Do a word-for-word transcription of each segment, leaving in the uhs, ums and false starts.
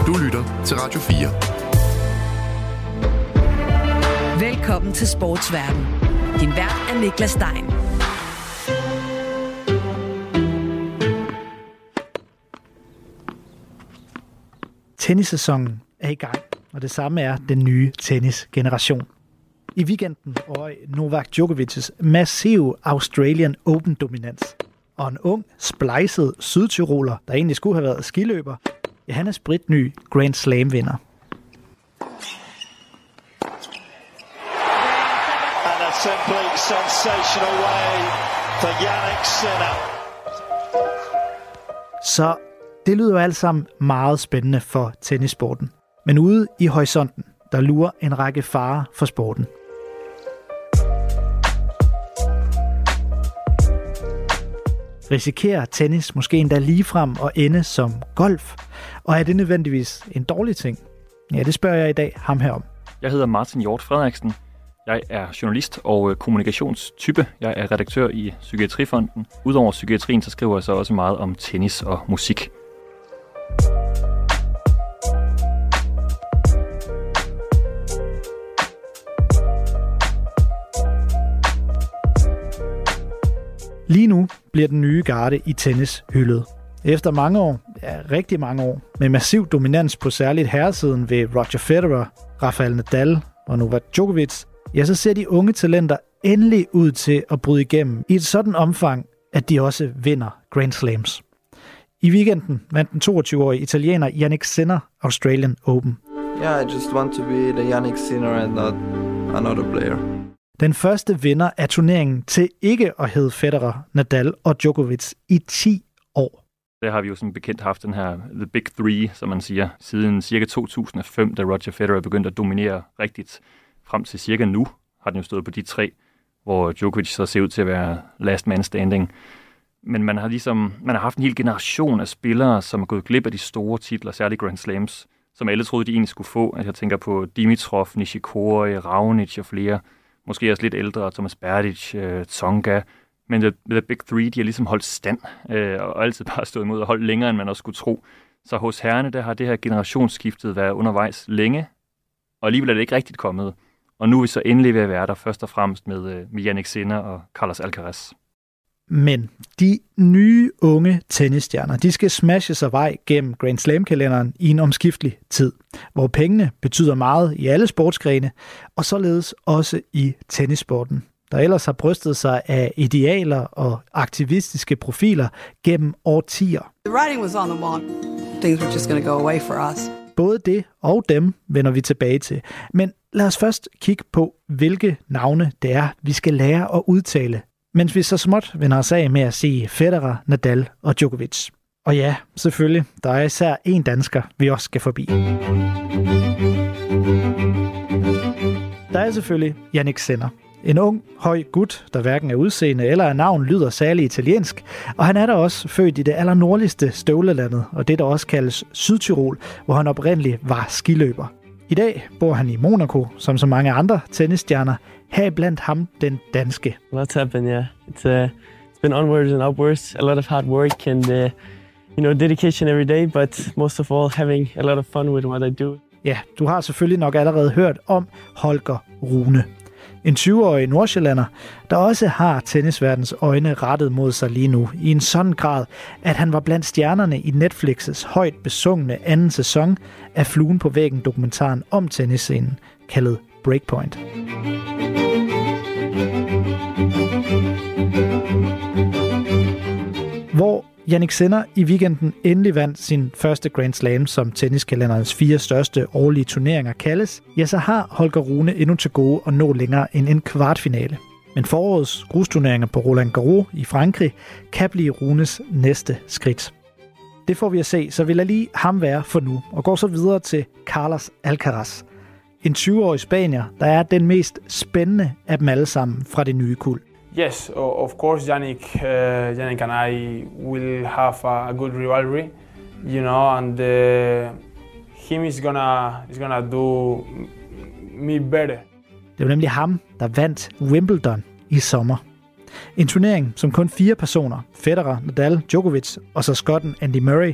Du lytter til Radio fire. Velkommen til Sportsverden. Din vært er Niklas Stein. Tennissæsonen er i gang, og det samme er den nye tennisgeneration. I weekenden røg Novak Djokovic's massive Australian Open-dominans. Og en ung, splejset sydtyroler, der egentlig skulle have været skiløber, ja, han er spritny Grand Slam-vinder. And a simply sensational way for Jannik Sinner. Så det lyder jo alt sammen meget spændende for tennissporten. Men ude i horisonten, der lurer en række farer for sporten. Risikerer tennis måske endda ligefrem at ende som golf? Og er det nødvendigvis en dårlig ting? Ja, det spørger jeg i dag ham herom. Jeg hedder Martin Hjort Frederiksen. Jeg er journalist og kommunikationstype. Jeg er redaktør i Psykiatrifonden. Udover psykiatrien, så skriver jeg så også meget om tennis og musik. Lige nu bliver den nye garde i tennis hyldet. Efter mange år, ja rigtig mange år, med massiv dominans på særligt herresiden ved Roger Federer, Rafael Nadal og Novak Djokovic, ja så ser de unge talenter endelig ud til at bryde igennem i et sådan omfang, at de også vinder Grand Slams. I weekenden vandt den toogtyve-årige italiener Jannik Sinner Australian Open. Yeah, I just want to be the Jannik Sinner and not another player. Den første vinder af turneringen til ikke at hedde Federer, Nadal og Djokovic i ti år. Der har vi jo som bekendt haft den her The Big Three, som man siger, siden cirka to tusind og fem, da Roger Federer begyndte at dominere rigtigt. Frem til cirka nu har den jo stået på de tre, hvor Djokovic så ser ud til at være last man standing. Men man har ligesom man har haft en hel generation af spillere, som er gået glip af de store titler, særligt Grand Slams, som alle troede, de egentlig skulle få. Jeg tænker på Dimitrov, Nishikori, Raonic og flere. Måske også lidt ældre, Thomas Berdych, uh, Tsonga. Men the, the Big Three, de har ligesom holdt stand, uh, og altid bare stået imod og holdt længere, end man også skulle tro. Så hos herrene, der har det her generationsskiftet været undervejs længe, og alligevel er det ikke rigtigt kommet. Og nu er vi så endelig ved at være der, først og fremmest med, uh, med Jannik Sinner og Carlos Alcaraz. Men de nye unge tennisstjerner, de skal smashe sig vej gennem Grand Slam-kalenderen i en omskiftelig tid, hvor pengene betyder meget i alle sportsgrene, og således også i tennissporten, der ellers har brystet sig af idealer og aktivistiske profiler gennem årtier. The writing was on the wall. Things were just going to go away for us. Både det og dem vender vi tilbage til. Men lad os først kigge på, hvilke navne det er, vi skal lære at udtale, mens vi så småt vender os af med at se Federer, Nadal og Djokovic. Og ja, selvfølgelig, der er især en dansker, vi også skal forbi. Der er selvfølgelig Jannik Sinner. En ung, høj gut, der hverken er udseende eller af navn lyder særlig italiensk, og han er da også født i det allernordligste støvlelandet, og det der også kaldes Sydtyrol, hvor han oprindeligt var skiløber. I dag bor han i Monaco, som så mange andre tennisstjerner, heriblandt ham den danske. Lots happened, yeah. It's uh, it's been onwards and upwards, a lot of hard work and uh, you know dedication every day, but most of all having a lot of fun with what I do. Ja, du har selvfølgelig nok allerede hørt om Holger Rune. En tyve-årig nordsjællander, der også har tennisverdens øjne rettet mod sig lige nu, i en sådan grad, at han var blandt stjernerne i Netflix's højt besungne anden sæson af Fluen på væggen dokumentaren om tennisscenen, kaldet Breakpoint. Hvor Jannik Sinner i weekenden endelig vandt sin første Grand Slam, som tenniskalenderens fire største årlige turneringer kaldes, ja, så har Holger Rune endnu til gode at nå længere end en kvartfinale. Men forårets grusturneringer på Roland Garros i Frankrig kan blive Runes næste skridt. Det får vi at se, så vi lader lige ham være for nu, og går så videre til Carlos Alcaraz. En tyve-årig spanier, der er den mest spændende af dem alle sammen fra det nye kuld. Yes, of course, Jannik, uh, Jannik and I will have a good rivalry, you know, and uh, him is gonna is gonna do me better. Det var nemlig ham, der vandt Wimbledon i sommer. En turnering, som kun fire personer, Federer, Nadal, Djokovic og så skotten Andy Murray,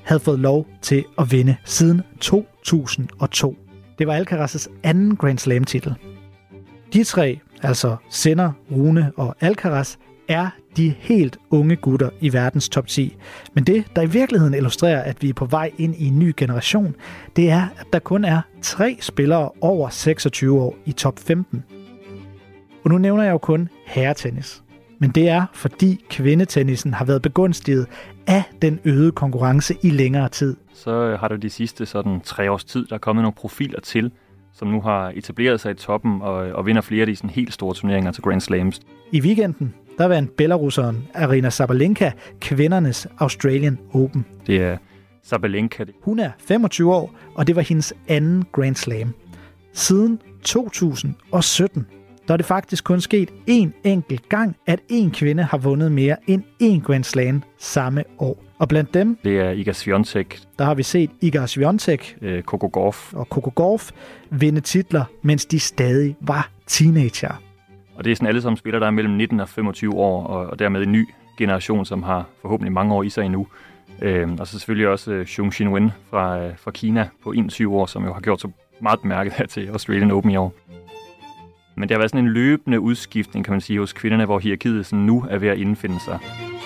havde fået lov til at vinde siden to tusind og to. Det var Alcaraz' anden Grand Slam-titel. De tre, altså Sinner, Rune og Alcaraz, er de helt unge gutter i verdens top ti. Men det, der i virkeligheden illustrerer, at vi er på vej ind i en ny generation, det er, at der kun er tre spillere over seksogtyve år i top femten. Og nu nævner jeg jo kun herretennis. Men det er, fordi kvindetennisen har været begunstiget af den øgede konkurrence i længere tid. Så har der de sidste sådan tre års tid, der er kommet nogle profiler til, som nu har etableret sig i toppen og, og vinder flere af de sådan helt store turneringer til Grand Slams. I weekenden, der vandt belarusseren Aryna Sabalenka kvindernes Australian Open. Det er Sabalenka. Hun er femogtyve år, og det var hendes anden Grand Slam. Siden to tusind og sytten, der er det faktisk kun sket én enkelt gang, at en kvinde har vundet mere end én Grand Slam samme år. Og blandt dem, det er Iga Swiatek. Der har vi set Iga Swiatek øh, Coco Gauff. og Coco Gauff vinde titler, mens de stadig var teenager. Og det er sådan alle sammen spillere, der er mellem nitten og femogtyve år, og, og dermed en ny generation, som har forhåbentlig mange år i sig endnu. Øhm, og så selvfølgelig også øh, Zhong Qinwen fra, øh, fra Kina på enogtyve år, som jo har gjort så meget bemærket her til Australian Open i år. Men det har været sådan en løbende udskiftning, kan man sige, hos kvinderne, hvor hierarkiet sådan nu er ved at indfinde sig.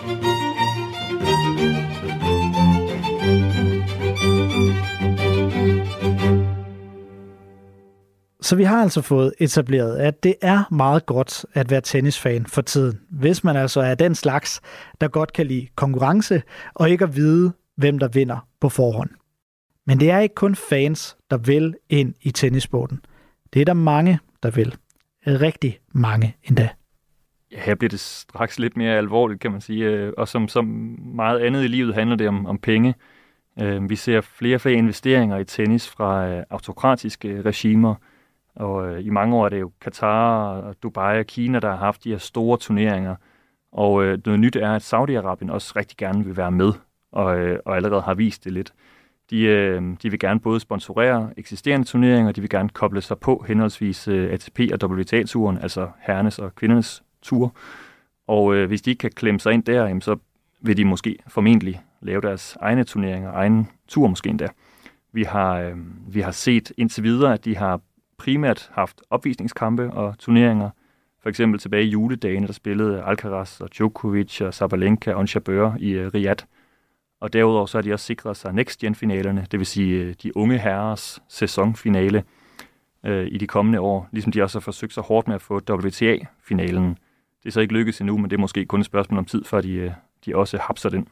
Så vi har altså fået etableret, at det er meget godt at være tennisfan for tiden, hvis man altså er den slags, der godt kan lide konkurrence og ikke at vide, hvem der vinder på forhånd. Men det er ikke kun fans, der vil ind i tennissporten. Det er der mange, der vil. Rigtig mange endda. Ja, her bliver det straks lidt mere alvorligt, kan man sige. Og som, som meget andet i livet handler det om, om penge. Vi ser flere og flere investeringer i tennis fra autokratiske regimer. Og i mange år er det jo Katar, Dubai og Kina, der har haft de her store turneringer. Og noget nyt er, at Saudi-Arabien også rigtig gerne vil være med, og, og allerede har vist det lidt. De, de vil gerne både sponsorere eksisterende turneringer, og de vil gerne koble sig på henholdsvis A T P og W T A-turen, altså herrenes og kvindernes tur. Og øh, hvis de ikke kan klemme sig ind der, jamen, så vil de måske formentlig lave deres egne turneringer, egen tur måske endda. Vi har, øh, vi har set indtil videre, at de har primært haft opvisningskampe og turneringer. For eksempel tilbage i juledagene, der spillede Alcaraz og Djokovic og Sabalenka og Ons Jabeur i øh, Riyadh. Og derudover så har de også sikret sig next-gen-finalerne, det vil sige de unge herres sæsonfinale øh, i de kommende år, ligesom de også har forsøgt sig hårdt med at få W T A-finalen. Det er så ikke lykkedes endnu, men det er måske kun et spørgsmål om tid, før de, de også hapser den.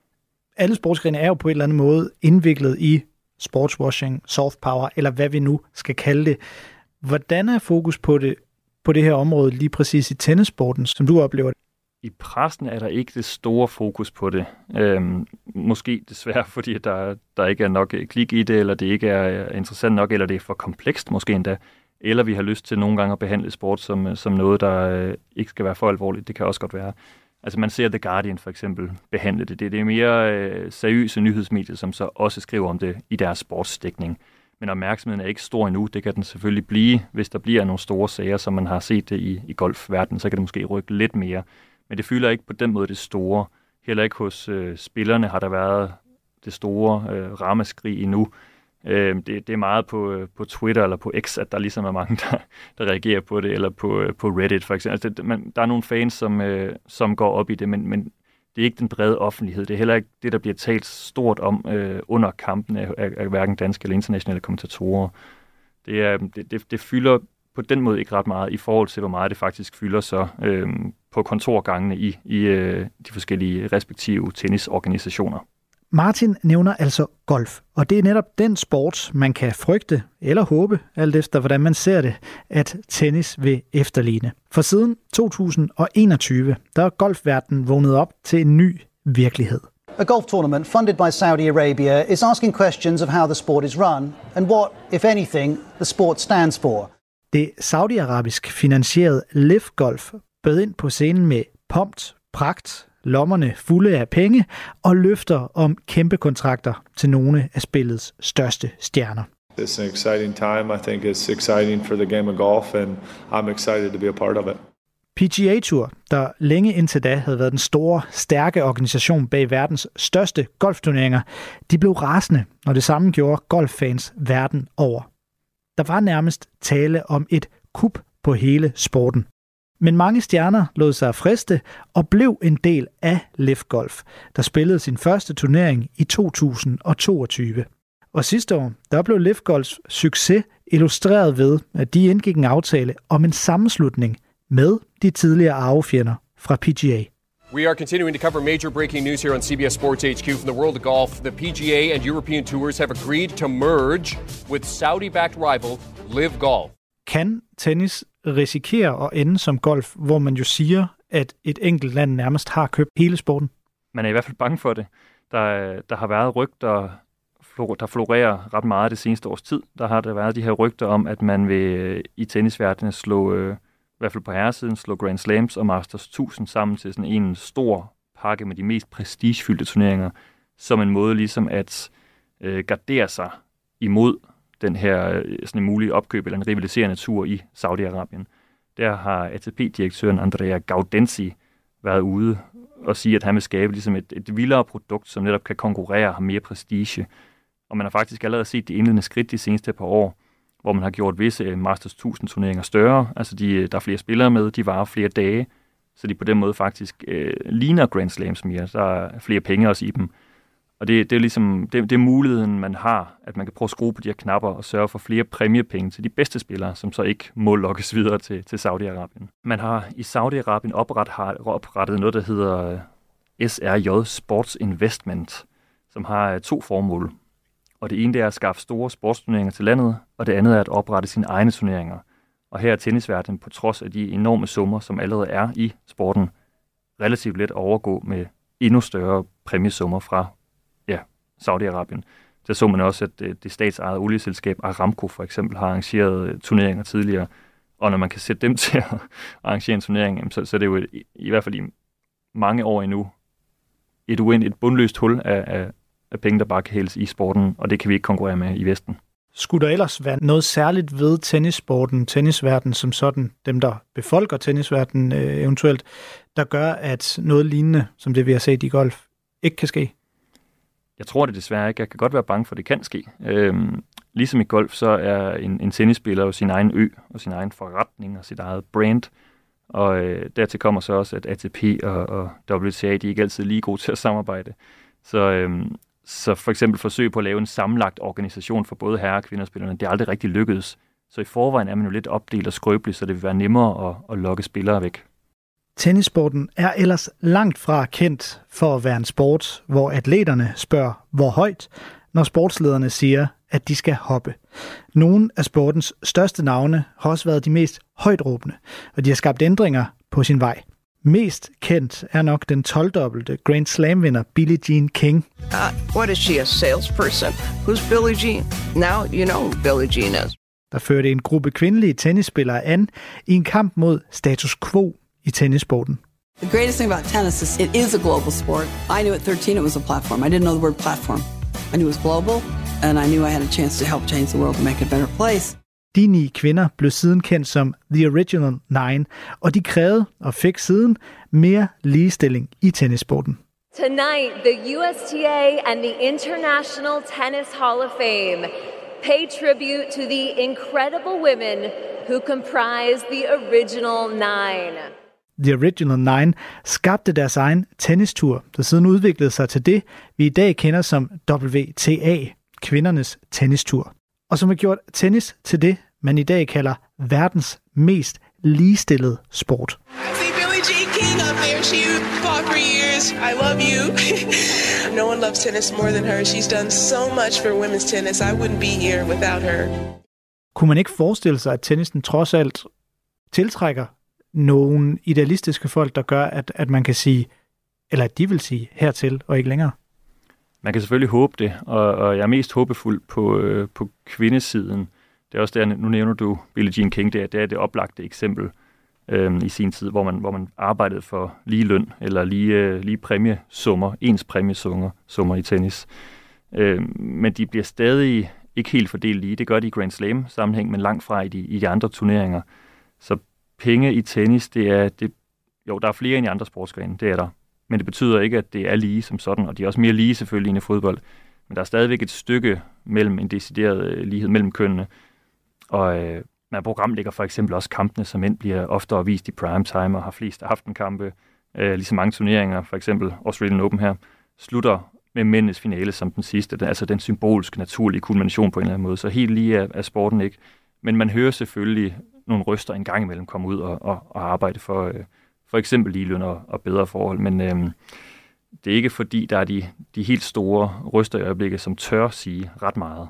Alle sportsgrene er jo på en eller anden måde indviklet i sportswashing, soft power, eller hvad vi nu skal kalde det. Hvordan er fokus på det, på det her område lige præcis i tennissporten, som du oplever det? I pressen er der ikke det store fokus på det. Øhm, måske desværre, fordi der, der ikke er nok klik i det, eller det ikke er interessant nok, eller det er for komplekst måske endda. Eller vi har lyst til nogle gange at behandle sport som, som noget, der øh, ikke skal være for alvorligt. Det kan også godt være. Altså man ser The Guardian for eksempel behandle det. Det, det er mere øh, seriøse nyhedsmedier, som så også skriver om det i deres sportsdækning. Men opmærksomheden er ikke stor endnu. Det kan den selvfølgelig blive, hvis der bliver nogle store sager, som man har set det i, i golfverdenen. Så kan det måske rykke lidt mere. Men det fylder ikke på den måde det store. Heller ikke hos øh, spillerne har der været det store øh, ramaskrig endnu. Øh, det, det er meget på, øh, på Twitter eller på X, at der ligesom er mange, der, der reagerer på det, eller på, øh, på Reddit for eksempel. Altså det, man, der er nogle fans, som, øh, som går op i det, men, men det er ikke den brede offentlighed. Det er heller ikke det, der bliver talt stort om øh, under kampen af, af, af hverken danske eller internationale kommentatorer. Det, er, det, det, det fylder på den måde ikke ret meget i forhold til, hvor meget det faktisk fylder så øh, på kontorgangene i, i øh, de forskellige respektive tennisorganisationer. Martin nævner altså golf, og det er netop den sport, man kan frygte eller håbe, alt efter hvordan man ser det, at tennis vil efterligne. For siden to tusind og enogtyve, der er golfverdenen vågnet op til en ny virkelighed. A golf tournament funded by Saudi Arabia is asking questions of how the sport is run and what, if anything, the sport stands for. Det saudiarabisk finansierede Liv Golf bød ind på scenen med pompt, pragt, lommerne fulde af penge og løfter om kæmpe kontrakter til nogle af spillets største stjerner. It's an exciting time. I think it's exciting for the game of golf, and I'm excited to be a part of it. P G A Tour, der længe indtil da havde været den store, stærke organisation bag verdens største golfturneringer, de blev rasende, når det samme gjorde golffans verden over. Der var nærmest tale om et kup på hele sporten. Men mange stjerner lod sig friste og blev en del af L I V Golf, der spillede sin første turnering i to tusind toogtyve. Og sidste år, der blev L I V Golfs succes illustreret ved, at de indgik en aftale om en sammenslutning med de tidligere arvefjender fra P G A. We are continuing to cover major breaking news here on C B S Sports H Q from the world of golf. The P G A and European Tours have agreed to merge with Saudi-backed rival L I V Golf. Kan tennis risikere at ende som golf, hvor man jo siger, at et enkelt land nærmest har købt hele sporten? Man er i hvert fald bange for det. Der, der har været rygter, der florerer ret meget det seneste års tid. Der har der været de her rygter om, at man vil i tennisverdenen slå, øh, i hvert fald på herresiden, slå Grand Slams og Masters tusind sammen til sådan en stor pakke med de mest prestigefyldte turneringer, som en måde ligesom at øh, gardere sig imod den her sådan en mulig opkøb eller en rivaliserende tur i Saudi-Arabien. Der har A T P-direktøren Andrea Gaudenzi været ude og sige, at han vil skabe ligesom et, et vildere produkt, som netop kan konkurrere og have mere prestige. Og man har faktisk allerede set de indledende skridt de seneste par år, hvor man har gjort visse Masters tusind turneringer større. Altså de, der er flere spillere med, de varer flere dage, så de på den måde faktisk øh, ligner Grand Slams mere. Der er flere penge også i dem. Og det, det er ligesom det, det er muligheden, man har, at man kan prøve at skrue på de her knapper og sørge for flere præmiepenge til de bedste spillere, som så ikke må lokkes videre til, til Saudi-Arabien. Man har i Saudi-Arabien opret, har oprettet noget, der hedder S R J Sports Investment, som har to formål. Og det ene det er at skaffe store sportsturneringer til landet, og det andet er at oprette sine egne turneringer. Og her er tennisverdenen på trods af de enorme summer, som allerede er i sporten, relativt let overgå med endnu større præmiesummer fra ja, Saudi-Arabien. Der så man også, at det statsejede olieselskab Aramco for eksempel har arrangeret turneringer tidligere, og når man kan sætte dem til at arrangere en turnering, så, så er det jo et, i hvert fald i mange år endnu et uendeligt, et bundløst hul af, af, af penge, der bare kan hældes i sporten, og det kan vi ikke konkurrere med i Vesten. Skulle der ellers være noget særligt ved tennissporten, tennisverdenen som sådan, dem der befolker tennisverdenen øh, eventuelt, der gør, at noget lignende, som det vi har set i golf, ikke kan ske? Jeg tror det desværre ikke. Jeg kan godt være bange for, at det kan ske. Øhm, ligesom i golf, så er en, en tennisspiller jo sin egen ø, og sin egen forretning, og sit eget brand. Og øh, dertil kommer så også, at A T P og, og W T A, de er ikke altid lige gode til at samarbejde. Så, øhm, så for eksempel forsøg på at lave en sammenlagt organisation for både herre- og kvinderspillerne, det er aldrig rigtig lykkedes. Så i forvejen er man jo lidt opdelt og skrøbelig, så det vil være nemmere at, at lokke spillere væk. Tennissporten er ellers langt fra kendt for at være en sport, hvor atleterne spørger, hvor højt, når sportslederne siger, at de skal hoppe. Nogle af sportens største navne har også været de mest højtråbende, og de har skabt ændringer på sin vej. Mest kendt er nok den tolv-dobbelte Grand Slam-vinder Billie Jean King. Uh, what is she, a salesperson? Who's Billie Jean? Now you know who Billie Jean is. Der førte en gruppe kvindelige tennisspillere an i en kamp mod status quo i tennissporten. The greatest thing about tennis is it is a global sport. I knew at thirteen it was a platform. I didn't know the word platform. I knew it was global, and I knew I had a chance to help change the world and make it a better place. De ni kvinder blev siden kendt som The Original Nine, og de krævede og fik siden mere ligestilling i tennissporten. Tonight, the U S T A and the International Tennis Hall of Fame pay tribute to the incredible women who comprise the Original Nine. The Original Nine skabte deres egen tennistur, der siden udviklede sig til det, vi i dag kender som W T A, kvindernes tennistur, og som har gjort tennis til det, man i dag kalder verdens mest ligestillede sport. See Billie Jean King up there. She fought for years. I love you. No one loves tennis more than her. She's done so much for women's tennis. I wouldn't be here without her. Kunne man ikke forestille sig, at tennisen trods alt tiltrækker nogle idealistiske folk, der gør, at, at man kan sige, eller at de vil sige hertil og ikke længere? Man kan selvfølgelig håbe det, og, og jeg er mest håbefuld på, øh, på kvindesiden. Det er også der, nu nævner du Billie Jean King, det er det, er det oplagte eksempel øh, i sin tid, hvor man, hvor man arbejdede for lige løn, eller lige, øh, lige præmiesummer, ens præmiesummer summer i tennis. Øh, men de bliver stadig ikke helt fordelt lige. Det gør de i Grand Slam sammenhæng, men langt fra i de, i de andre turneringer. Så P penge i tennis, det er, det, jo, der er flere end i andre sportsgrene, det er der. Men det betyder ikke, at det er lige som sådan, og de er også mere lige selvfølgelig end i fodbold. Men der er stadigvæk et stykke mellem en decideret lighed mellem kønnene. Og øh, man programlægger for eksempel også kampene, som mænd bliver oftere vist i primetime og har flest aftenkampe. Øh, ligesom mange turneringer, for eksempel Australian Open her, slutter med mændenes finale som den sidste. Det er altså den symbolske, naturlige kulmination på en eller anden måde. Så helt lige er, er sporten ikke. Men man hører selvfølgelig nogle røster en gang imellem komme ud og, og, og arbejde for, øh, for eksempel ligeløn og, og bedre forhold. Men øh, det er ikke fordi, der er de, de helt store røster i øjeblikket, som tør sige ret meget.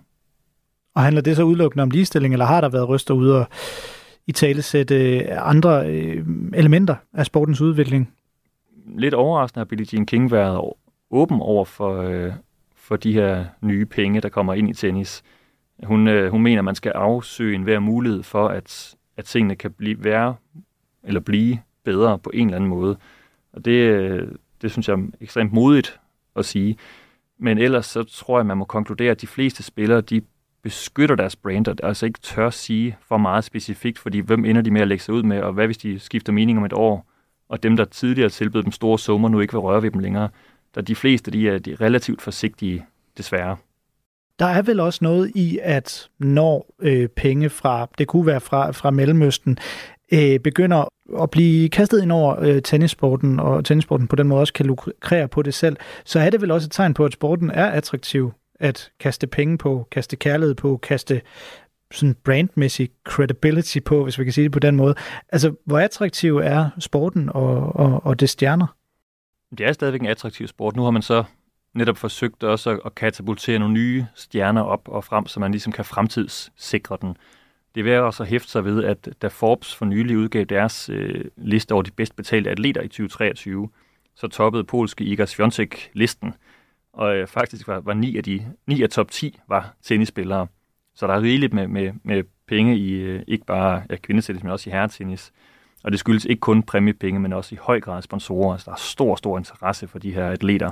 Og handler det så udelukkende om ligestilling, eller har der været røster ude og i talesætte andre øh, elementer af sportens udvikling? Lidt overraskende har Billie Jean King været åben over for, øh, for de her nye penge, der kommer ind i tennis. Hun, øh, hun mener, at man skal afsøge enhver mulighed for, at, at tingene kan blive være eller blive bedre på en eller anden måde. Og det, det synes jeg er ekstremt modigt at sige. Men ellers så tror jeg, man må konkludere, at de fleste spillere, de beskytter deres brand, og altså ikke tør sige for meget specifikt, fordi hvem ender de med at lægge sig ud med, og hvad hvis de skifter mening om et år, og dem, der tidligere tilbød dem store summer, nu ikke vil røre ved dem længere. Der de fleste, de er, de er relativt forsigtige, desværre. Der er vel også noget i, at når øh, penge fra, det kunne være fra, fra Mellemøsten, øh, begynder at blive kastet ind over øh, tennissporten, og tennissporten på den måde også kan lukrere på det selv, så er det vel også et tegn på, at sporten er attraktiv at kaste penge på, kaste kærlighed på, kaste sådan brandmæssig credibility på, hvis vi kan sige det på den måde. Altså, hvor attraktiv er sporten og, og, og det stjerner? Det er stadigvæk en attraktiv sport. Nu har man så netop forsøgt også at katapultere nogle nye stjerner op og frem, så man ligesom kan fremtidssikre den. Det er værd også at hæfte sig ved, at da Forbes for nylig udgav deres øh, liste over de bedst betalte atleter i tyve treogtyve, så toppede polske Iga Świątek listen. Og øh, faktisk var, var ni af de ni af top ti var tennisspillere. Så der er rigeligt med, med, med penge i øh, ikke bare ja, kvindetennis, men også i herretennis. Og det skyldes ikke kun præmiepenge, men også i høj grad sponsorer. Så der er stor, stor interesse for de her atleter.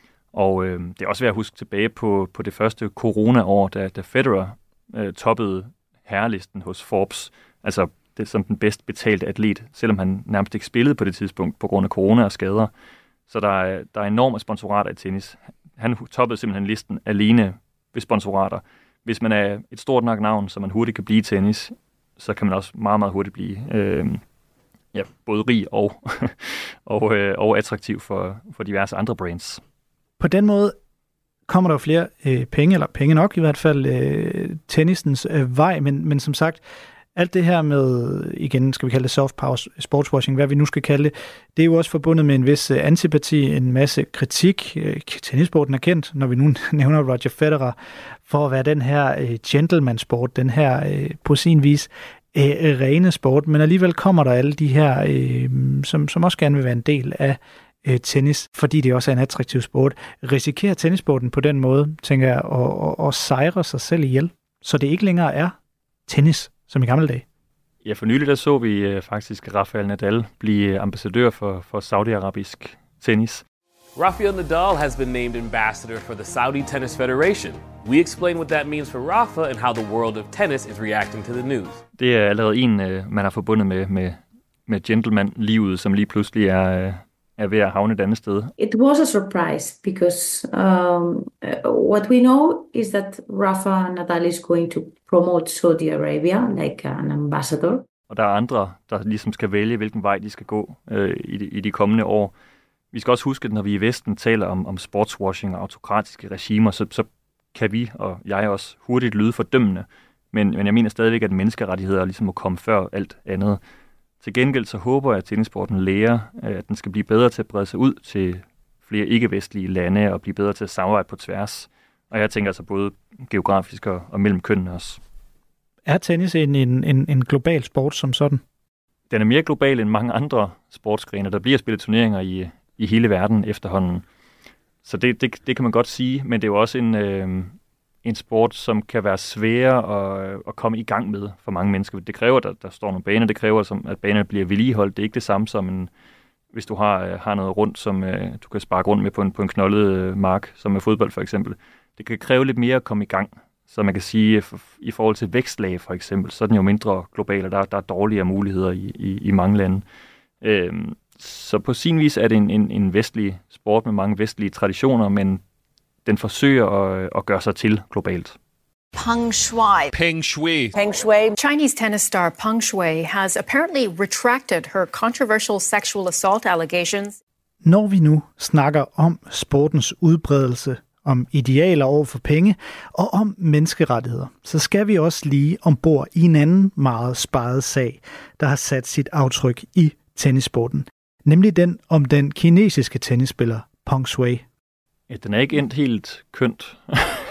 Og øh, det er også værd at huske tilbage på, på det første corona-år, da, da Federer øh, toppede herrelisten hos Forbes. Altså det som den bedst betalte atlet, selvom han nærmest ikke spillede på det tidspunkt på grund af corona og skader. Så der er, der er enorme sponsorater i tennis. Han toppede simpelthen listen alene ved sponsorater. Hvis man er et stort nok navn, så man hurtigt kan blive i tennis, så kan man også meget, meget hurtigt blive øh, ja, både rig og, og, øh, og attraktiv for, for diverse andre brands. På den måde kommer der jo flere øh, penge, eller penge nok i hvert fald, øh, tennisens øh, vej, men, men som sagt, alt det her med, igen skal vi kalde det soft power, sportswashing, hvad vi nu skal kalde det, det er jo også forbundet med en vis øh, antipati, en masse kritik. Øh, tennissporten er kendt, når vi nu nævner Roger Federer, for at være den her øh, gentleman-sport, den her øh, på sin vis øh, rene sport, men alligevel kommer der alle de her, øh, som, som også gerne vil være en del af øh, tennis, fordi det også er en attraktiv sport. Risikerer tennissporten på den måde, tænker jeg, at, at, at sejre sig selv ihjel, så det ikke længere er tennis, som i gamle dage? Ja, for nylig der så vi uh, faktisk Rafael Nadal blive ambassadør for, for saudi-arabisk tennis. Rafael Nadal has been named ambassador for the Saudi Tennis Federation. We explain what that means for Rafa and how the world of tennis is reacting to the news. Det er allerede en, uh, man har forbundet med, med, med gentleman-livet, som lige pludselig er, uh, er ved at havne et andet sted. It was a surprise because um, what we know is that Rafa Nadal is going to promote Saudi Arabia like an ambassador. Og der er andre, der ligesom skal vælge, hvilken vej de skal gå øh, i, de, i de kommende år. Vi skal også huske, at når vi i Vesten taler om, om sportswashing og autokratiske regimer, så, så kan vi, og jeg også, hurtigt lyde fordømmende. Men, men jeg mener stadigvæk, at menneskerettigheder ligesom må komme før alt andet. Til gengæld så håber jeg, at tennisporten lærer, at den skal blive bedre til at brede sig ud til flere ikke-vestlige lande og blive bedre til at samarbejde på tværs. Og jeg tænker altså både geografisk og, og mellem kønnene også. Er tennis en, en, en global sport som sådan? Den er mere global end mange andre sportsgrene. Der bliver spillet turneringer i, i hele verden efterhånden. Så det, det, det kan man godt sige, men det er jo også en, øh, en sport, som kan være sværere at, at komme i gang med for mange mennesker. Det kræver, at der, der står nogle baner. Det kræver, at banerne bliver vedligeholdt. Det er ikke det samme som en, hvis du har, har noget rundt, som øh, du kan sparke rundt med på en, på en knoldet øh, mark, som med fodbold for eksempel. Det kan kræve lidt mere at komme i gang. Så man kan sige, at i forhold til vækstlag for eksempel, så er den jo mindre global, og der, der er dårligere muligheder i, i, i mange lande. Øhm, så på sin vis er det en, en, en vestlig sport med mange vestlige traditioner, men den forsøger at, at gøre sig til globalt. Peng Shuai. Peng Shuai. Peng Shuai. Chinese tennis star Peng Shuai has apparently retracted her controversial sexual assault allegations. Når vi nu snakker om sportens udbredelse, om idealer over for penge og om menneskerettigheder, så skal vi også lige ombord i en anden meget speget sag, der har sat sit aftryk i tennissporten. Nemlig den om den kinesiske tennisspiller Peng Shuai. Ja, den er ikke endt helt kønt.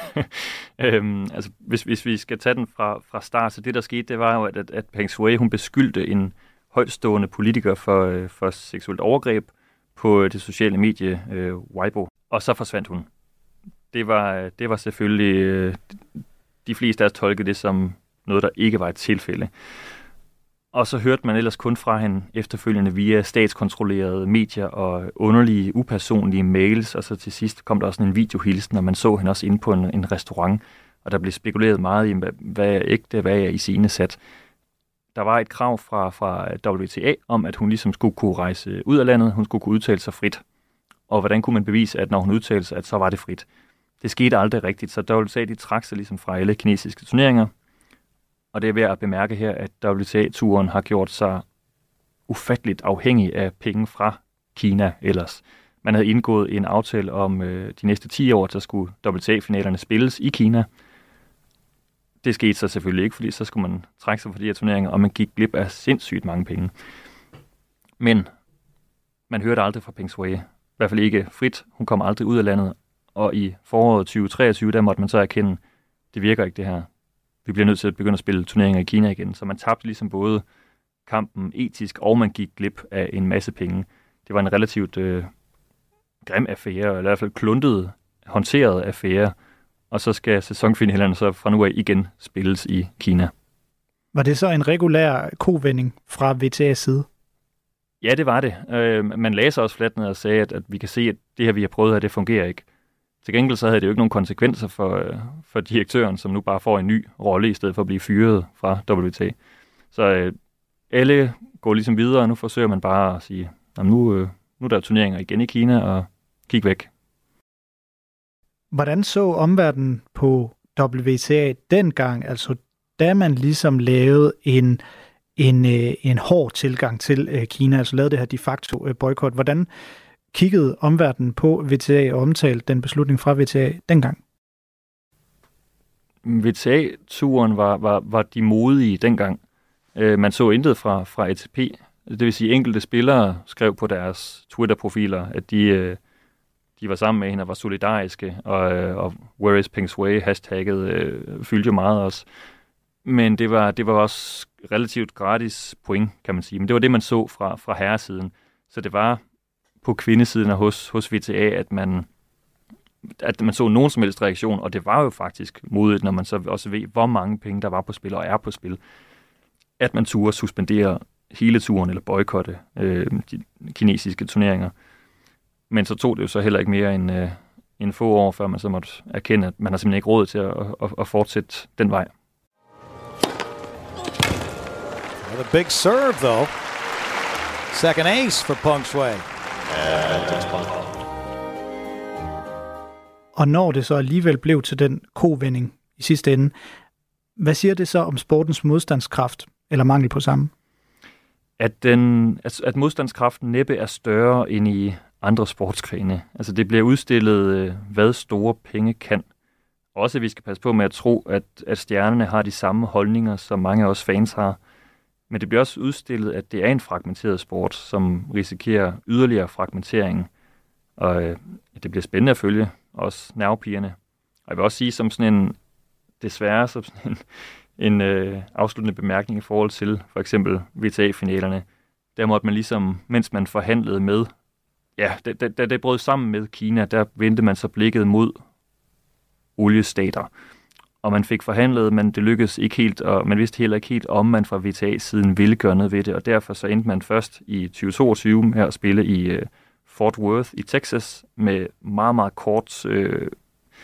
øhm, altså, hvis, hvis vi skal tage den fra, fra start, så det der skete, det var jo, at, at, at Peng Shuai, hun beskyldte en højtstående politiker for, for seksuelt overgreb på det sociale medie øh, Weibo, og så forsvandt hun. Det var, det var selvfølgelig, øh, de fleste af os tolkede det som noget, der ikke var et tilfælde. Og så hørte man ellers kun fra hende efterfølgende via statskontrollerede medier og underlige, upersonlige mails, og så til sidst kom der også en videohilsen, og man så hende også inde på en, en restaurant, og der blev spekuleret meget i, hvad er ægte, hvad er iscenesat. Der var et krav fra, fra W T A om, at hun ligesom skulle kunne rejse ud af landet, hun skulle kunne udtale sig frit. Og hvordan kunne man bevise, at når hun udtalte sig, at så var det frit? Det skete aldrig rigtigt, så W T A de trak sig ligesom fra alle kinesiske turneringer. Og det er værd at bemærke her, at W T A-turen har gjort sig ufatteligt afhængig af penge fra Kina ellers. Man havde indgået en aftale om øh, de næste ti år, så skulle W T A-finalerne spilles i Kina. Det skete så selvfølgelig ikke, fordi så skulle man trække sig fra de her turneringer, og man gik glip af sindssygt mange penge. Men man hørte aldrig fra Peng Shuai. I hvert fald ikke frit. Hun kom aldrig ud af landet. Og i foråret tyve treogtyve, der måtte man så erkende, det virker ikke det her. Vi bliver nødt til at begynde at spille turneringer i Kina igen. Så man tabte ligesom både kampen etisk, og man gik glip af en masse penge. Det var en relativt øh, grim affære, eller i hvert fald kluntet, håndteret affære. Og så skal sæsonfinalerne så fra nu af igen spilles i Kina. Var det så en regulær kovending fra W T A's side? Ja, det var det. Øh, man lagde sig også fladt ned og sagde, at, at vi kan se, at det her, vi har prøvet her, det fungerer ikke. Til gengæld så havde det jo ikke nogen konsekvenser for, øh, for direktøren, som nu bare får en ny rolle, i stedet for at blive fyret fra W T A. Så øh, alle går ligesom videre, og nu forsøger man bare at sige, nu, øh, nu er der turneringer igen i Kina, og kig væk. Hvordan så omverdenen på W T A dengang, altså da man ligesom lavede en, en, en hård tilgang til Kina, altså lavede det her de facto boykot, hvordan kiggede omverdenen på W T A og omtalte den beslutning fra W T A dengang? W T A-turen var, var, var de modige dengang. Man så intet fra, fra A T P. Det vil sige, enkelte spillere skrev på deres Twitter-profiler, at de... De var sammen med hende og var solidariske, og, og Where is Peng Shuai hashtagget øh, fyldte jo meget også. Men det var, det var også relativt gratis point, kan man sige. Men det var det, man så fra, fra herresiden. Så det var på kvindesiden og hos, hos W T A, at man, at man så nogen som helst reaktion, og det var jo faktisk modigt, når man så også ved, hvor mange penge der var på spil og er på spil, at man turde suspendere hele turen eller boykotte øh, de kinesiske turneringer. Men så tog det jo så heller ikke mere end, øh, end få år, før man så måtte erkende, at man har simpelthen ikke råd til at, at, at fortsætte den vej. With a big serve, though. Second ace for Peng Shuai. Og når det så alligevel blev til den kovending i sidste ende, hvad siger det så om sportens modstandskraft, eller mangel på samme? At, den, at, at modstandskraften næppe er større end i andre sportsgrene. Altså det bliver udstillet, hvad store penge kan. Også vi skal passe på med at tro, at, at stjernerne har de samme holdninger, som mange af os fans har. Men det bliver også udstillet, at det er en fragmenteret sport, som risikerer yderligere fragmentering. Og øh, det bliver spændende at følge, også nervepigerne. Og jeg vil også sige, som sådan en, desværre som sådan en, en øh, afsluttende bemærkning i forhold til for eksempel W T A-finalerne. Der måtte man ligesom, mens man forhandlede med, ja, da, da, da det brød sammen med Kina, der vendte man så blikket mod oliestater. Og man fik forhandlet, men det lykkedes ikke helt, og man vidste heller ikke helt, om man fra W T A-siden ville gøre noget ved det. Og derfor så endte man først i tyve toogtyve med at spille i uh, Fort Worth i Texas med meget, meget kort uh,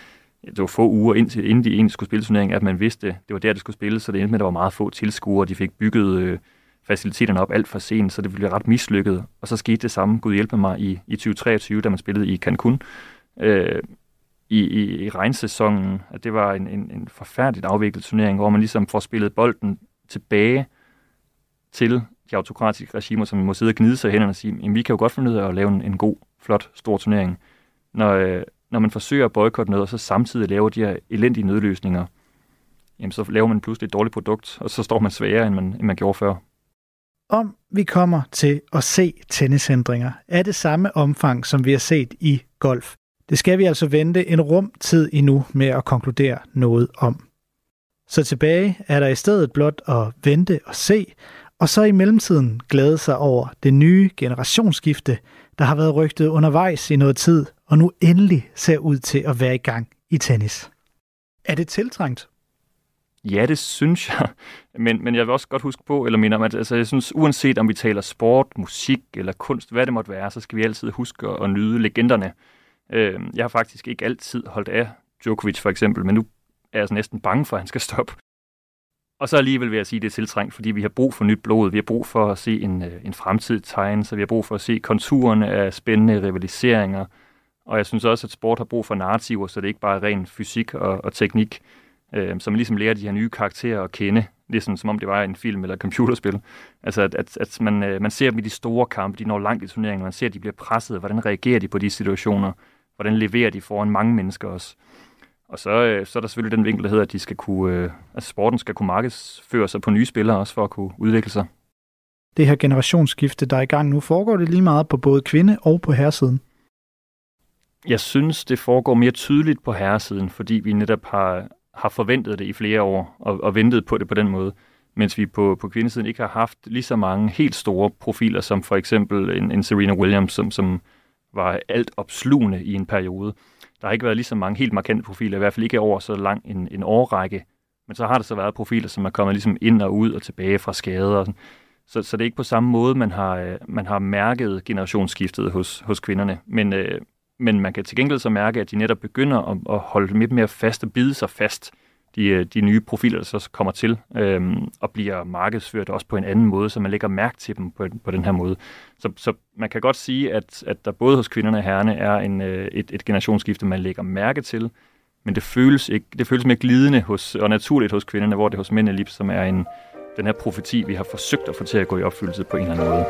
det var få uger indtil, inden de egentlig skulle spille turneringen, at man vidste, det var der, det skulle spilles, så det endte med, at der var meget få tilskuere, de fik bygget øh, faciliteterne op alt for sent, så det blev ret mislykket. Og så skete det samme, Gud hjælpe mig, i, i tyve treogtyve, da man spillede i Cancun, øh, i, i, i regnsæsonen, at det var en, en, en forfærdeligt afviklet turnering, hvor man ligesom får spillet bolden tilbage til de autokratiske regimer, som må sidde og gnide sig i hænderne og sige, jamen, vi kan jo godt finde ud af at lave en, en god, flot, stor turnering. Når, øh, når man forsøger at boykotte noget, og så samtidig laver de her elendige nødløsninger, jamen, så laver man pludselig et dårligt produkt, og så står man sværere, end man, end man gjorde før. Om vi kommer til at se tennisændringer af det samme omfang, som vi har set i golf. Det skal vi altså vente en rum tid endnu med at konkludere noget om. Så tilbage er der i stedet blot at vente og se, og så i mellemtiden glæde sig over det nye generationsskifte, der har været rygtet undervejs i noget tid, og nu endelig ser ud til at være i gang i tennis. Er det tiltrængt? Ja, det synes jeg. Men, men jeg vil også godt huske på, eller minde om, at altså, jeg synes, uanset om vi taler sport, musik eller kunst, hvad det måtte være, så skal vi altid huske at nyde legenderne. Øh, jeg har faktisk ikke altid holdt af Djokovic for eksempel, men nu er jeg altså næsten bange for, at han skal stoppe. Og så alligevel vil jeg sige, at det er tiltrængt, fordi vi har brug for nyt blod. Vi har brug for at se en, en fremtid tegne, så vi har brug for at se konturerne af spændende rivaliseringer. Og jeg synes også, at sport har brug for narrativer, så det ikke bare er ren fysik og, og teknik, øh, som ligesom lærer de her nye karakterer at kende, ligesom som om det var en film eller et computerspil. Altså at, at, at man, øh, man ser dem i de store kampe, de når langt i turneringen, man ser, at de bliver presset, hvordan reagerer de på de situationer, hvordan leverer de foran mange mennesker også. Og så, øh, så er der selvfølgelig den vinkel, der hedder, at de skal kunne, øh, altså sporten skal kunne markedsføre sig på nye spillere også for at kunne udvikle sig. Det her generationsskifte, der er i gang nu, foregår det lige meget på både kvinde- og på herresiden? Jeg synes, det foregår mere tydeligt på herresiden, fordi vi netop har, har forventet det i flere år og, og ventet på det på den måde, mens vi på, på kvindesiden ikke har haft lige så mange helt store profiler, som for eksempel en, en Serena Williams, som, som var alt opslugende i en periode. Der har ikke været lige så mange helt markante profiler, i hvert fald ikke over så lang en, en årrække. Men så har der så været profiler, som er kommet ligesom ind og ud og tilbage fra skader. Og sådan. Så, så det er ikke på samme måde, man har, man har mærket generationsskiftet hos, hos kvinderne. Men, øh, men man kan til gengæld så mærke, at de netop begynder at, at holde lidt mere fast og bide sig fast, de, de nye profiler, der så kommer til, øh, og bliver markedsført også på en anden måde, så man lægger mærke til dem på, på den her måde. Så, så man kan godt sige, at, at der både hos kvinderne og herrerne er en, et, et generationsskifte, man lægger mærke til, men det føles ikke, det føles mere glidende hos, og naturligt hos kvinderne, hvor det hos mændene lige som er en, den her profeti, vi har forsøgt at få til at gå i opfyldelse på en eller anden måde.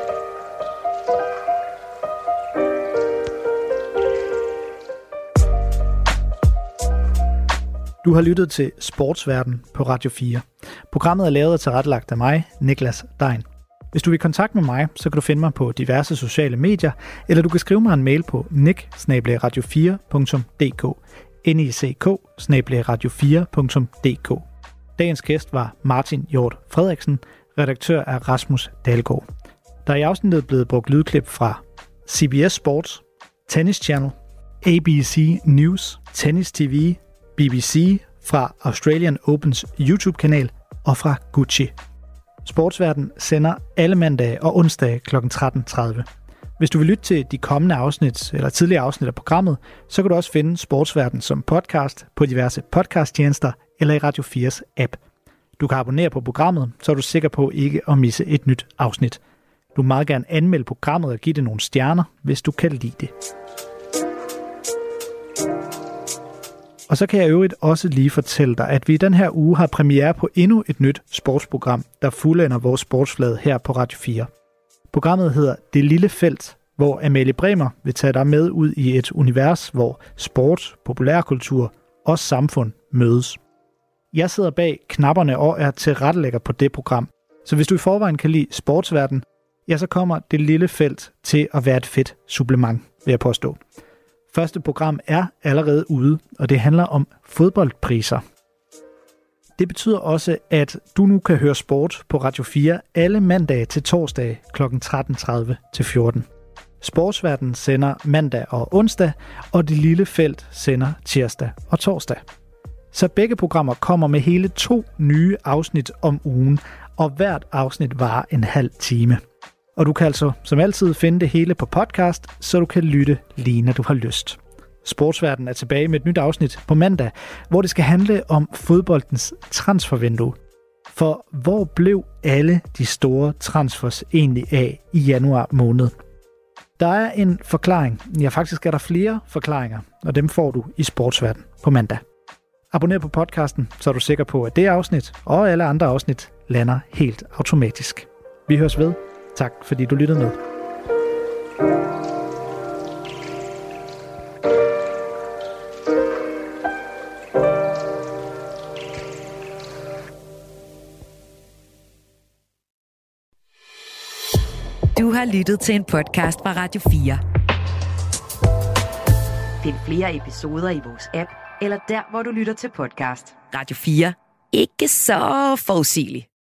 Du har lyttet til Sportsverden på Radio fire. Programmet er lavet og tilrettelagt af mig, Niklas Dein. Hvis du vil kontakte med mig, så kan du finde mig på diverse sociale medier, eller du kan skrive mig en mail på nick bindestreg radio fire punktum d k. N I C K bindestreg radio fire punktum d k. Dagens gæst var Martin Hjort Frederiksen, redaktør af Rasmus Dalgaard. Der er i afsnittet blevet brugt lydklip fra C B S Sports, Tennis Channel, A B C News, Tennis T V, B B C, fra Australian Opens YouTube-kanal og fra Gucci. Sportsverden sender alle mandage og onsdage klokken tretten tredive. Hvis du vil lytte til de kommende afsnit eller tidligere afsnit af programmet, så kan du også finde Sportsverden som podcast på diverse podcasttjenester eller i Radio fires app. Du kan abonnere på programmet, så er du sikker på ikke at misse et nyt afsnit. Du må meget gerne anmelde programmet og give det nogle stjerner, hvis du kan lide det. Og så kan jeg i øvrigt også lige fortælle dig, at vi i den her uge har premiere på endnu et nyt sportsprogram, der fuldender vores sportsflade her på Radio fire. Programmet hedder Det Lille Felt, hvor Amalie Bremer vil tage dig med ud i et univers, hvor sport, populærkultur og samfund mødes. Jeg sidder bag knapperne og er tilrettelægger på det program, så hvis du i forvejen kan lide sportsverden, ja, så kommer Det Lille Felt til at være et fedt supplement, vil jeg påstå. Første program er allerede ude, og det handler om fodboldpriser. Det betyder også, at du nu kan høre sport på Radio fire alle mandage til torsdag klokken tretten tredive til fjorten. Sportsverden sender mandag og onsdag, og Det Lille Felt sender tirsdag og torsdag. Så begge programmer kommer med hele to nye afsnit om ugen, og hvert afsnit varer en halv time. Og du kan altså som altid finde det hele på podcast, så du kan lytte lige når du har lyst. Sportsverden er tilbage med et nyt afsnit på mandag, hvor det skal handle om fodboldens transfervindue. For hvor blev alle de store transfers egentlig af i januar måned? Der er en forklaring. Ja, faktisk er der flere forklaringer, og dem får du i Sportsverden på mandag. Abonner på podcasten, så er du sikker på, at det afsnit og alle andre afsnit lander helt automatisk. Vi høres ved. Tak fordi du lyttede med. Du har lyttet til en podcast fra Radio fire. Find flere episoder i vores app, eller der, hvor du lytter til podcast. Radio fire. Ikke så forudsigeligt.